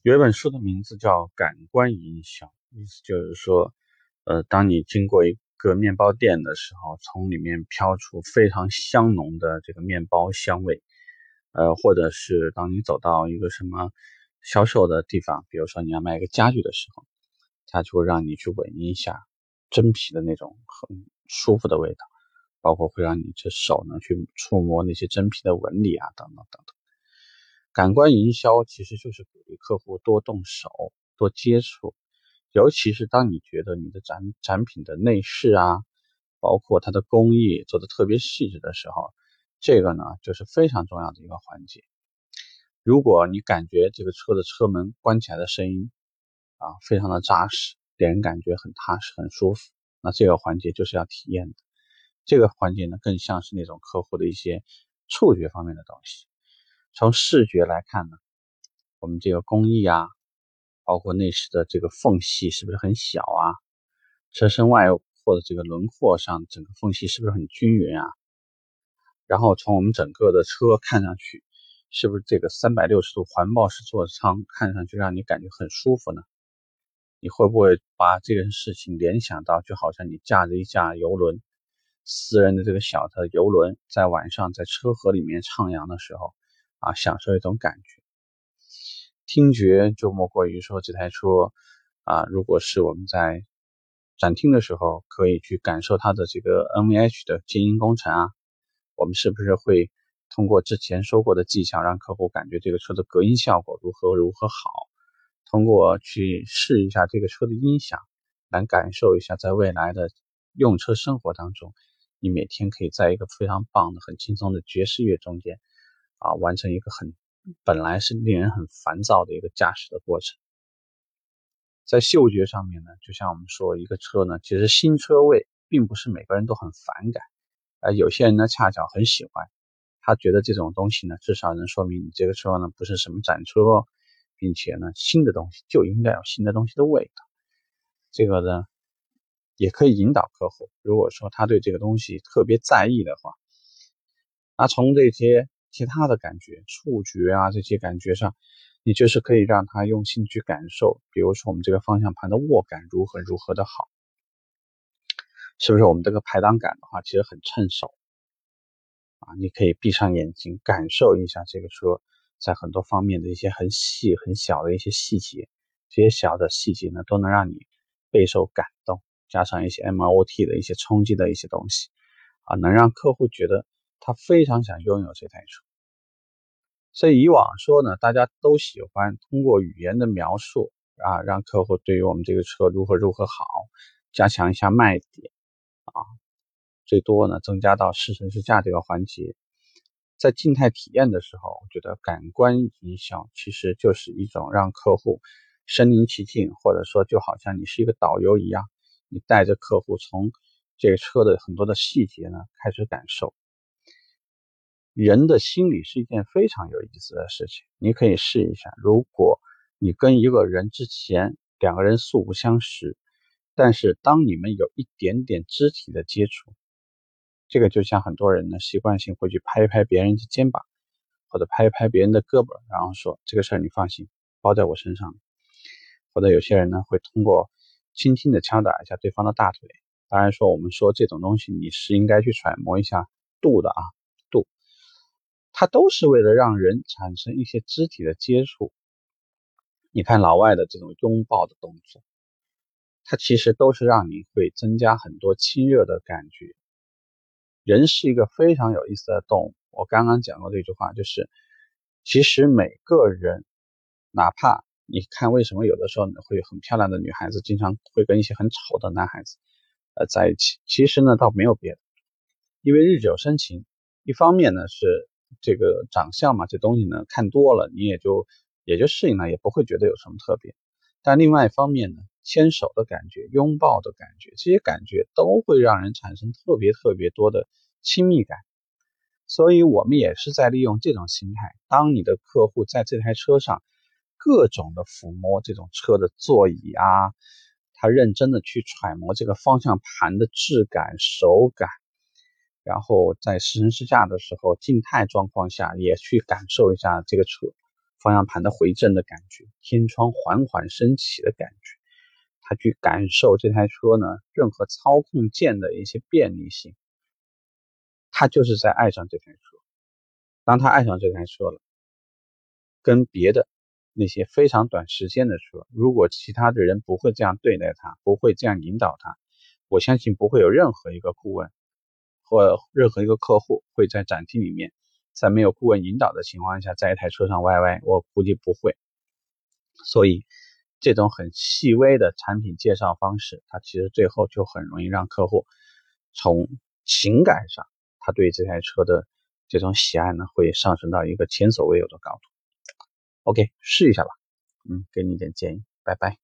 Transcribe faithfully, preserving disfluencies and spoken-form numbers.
有一本书的名字叫《感官营销》，意思就是说，呃，当你经过一个面包店的时候，从里面飘出非常香浓的这个面包香味，呃，或者是当你走到一个什么销售的地方，比如说你要卖一个家具的时候，它就会让你去闻一下真皮的那种很舒服的味道，包括会让你这手呢去触摸那些真皮的纹理啊，等等等等。感官营销其实就是鼓励客户多动手、多接触，尤其是当你觉得你的展产品的内饰啊，包括它的工艺做的特别细致的时候，这个呢就是非常重要的一个环节。如果你感觉这个车的车门关起来的声音啊非常的扎实，给人感觉很踏实、很舒服，那这个环节就是要体验的。这个环节呢更像是那种客户的一些触觉方面的东西。从视觉来看呢，我们这个工艺啊，包括内饰的这个缝隙是不是很小啊？车身外或者这个轮廓上整个缝隙是不是很均匀啊？然后从我们整个的车看上去，是不是这个三百六十度环抱式座舱看上去让你感觉很舒服呢？你会不会把这件事情联想到，就好像你驾着一架游轮，私人的这个小的游轮，在晚上在车河里面徜徉的时候啊，享受一种感觉。听觉就莫过于说这台车啊，如果是我们在展厅的时候，可以去感受它的这个 N V H 的静音工程啊，我们是不是会通过之前说过的技巧，让客户感觉这个车的隔音效果如何如何好？通过去试一下这个车的音响，来感受一下在未来的用车生活当中，你每天可以在一个非常棒的、很轻松的爵士乐中间啊，完成一个很本来是令人很烦躁的一个驾驶的过程。在嗅觉上面呢，就像我们说一个车呢，其实新车位并不是每个人都很反感，而有些人呢恰巧很喜欢，他觉得这种东西呢，至少能说明你这个车呢不是什么展车，并且呢新的东西就应该有新的东西的味道。这个呢也可以引导客户，如果说他对这个东西特别在意的话，那从这些其他的感觉，触觉啊这些感觉上，你就是可以让他用心去感受，比如说我们这个方向盘的握感如何如何的好，是不是我们这个排档杆的话其实很趁手啊？你可以闭上眼睛感受一下这个车在很多方面的一些很细很小的一些细节，这些小的细节呢都能让你备受感动，加上一些 M O T 的一些冲击的一些东西啊，能让客户觉得他非常想拥有这台车。所以以往说呢，大家都喜欢通过语言的描述啊，让客户对于我们这个车如何如何好，加强一下卖点啊，最多呢增加到试乘试驾这个环节。在静态体验的时候，我觉得感官营销其实就是一种让客户身临其境，或者说就好像你是一个导游一样，你带着客户从这个车的很多的细节呢开始感受。人的心理是一件非常有意思的事情，你可以试一下，如果你跟一个人之前两个人素不相识，但是当你们有一点点肢体的接触，这个就像很多人呢习惯性会去拍一拍别人的肩膀，或者拍一拍别人的胳膊，然后说这个事儿你放心，包在我身上。或者有些人呢会通过轻轻的敲打一下对方的大腿，当然说我们说这种东西你是应该去揣摩一下度的啊，度。它都是为了让人产生一些肢体的接触。你看老外的这种拥抱的动作，它其实都是让你会增加很多亲热的感觉。人是一个非常有意思的动物，我刚刚讲过这句话，就是其实每个人，哪怕你看为什么有的时候会有很漂亮的女孩子经常会跟一些很丑的男孩子呃在一起，其实呢倒没有别的，因为日久生情，一方面呢是这个长相嘛，这东西呢看多了你也就也就适应了，也不会觉得有什么特别。但另外一方面呢，牵手的感觉、拥抱的感觉，这些感觉都会让人产生特别特别多的亲密感。所以我们也是在利用这种心态，当你的客户在这台车上各种的抚摸这种车的座椅啊，他认真的去揣摩这个方向盘的质感、手感，然后在试乘试驾的时候，静态状况下也去感受一下这个车方向盘的回正的感觉，天窗缓缓升起的感觉，他去感受这台车呢任何操控键的一些便利性，他就是在爱上这台车。当他爱上这台车了，跟别的那些非常短时间的车，如果其他的人不会这样对待他，不会这样引导他，我相信不会有任何一个顾问或任何一个客户会在展厅里面在没有顾问引导的情况下在一台车上歪歪，我估计不会。所以这种很细微的产品介绍方式，它其实最后就很容易让客户从情感上他对这台车的这种喜爱呢会上升到一个前所未有的高度。OK， 试一下吧，嗯，给你一点建议，拜拜。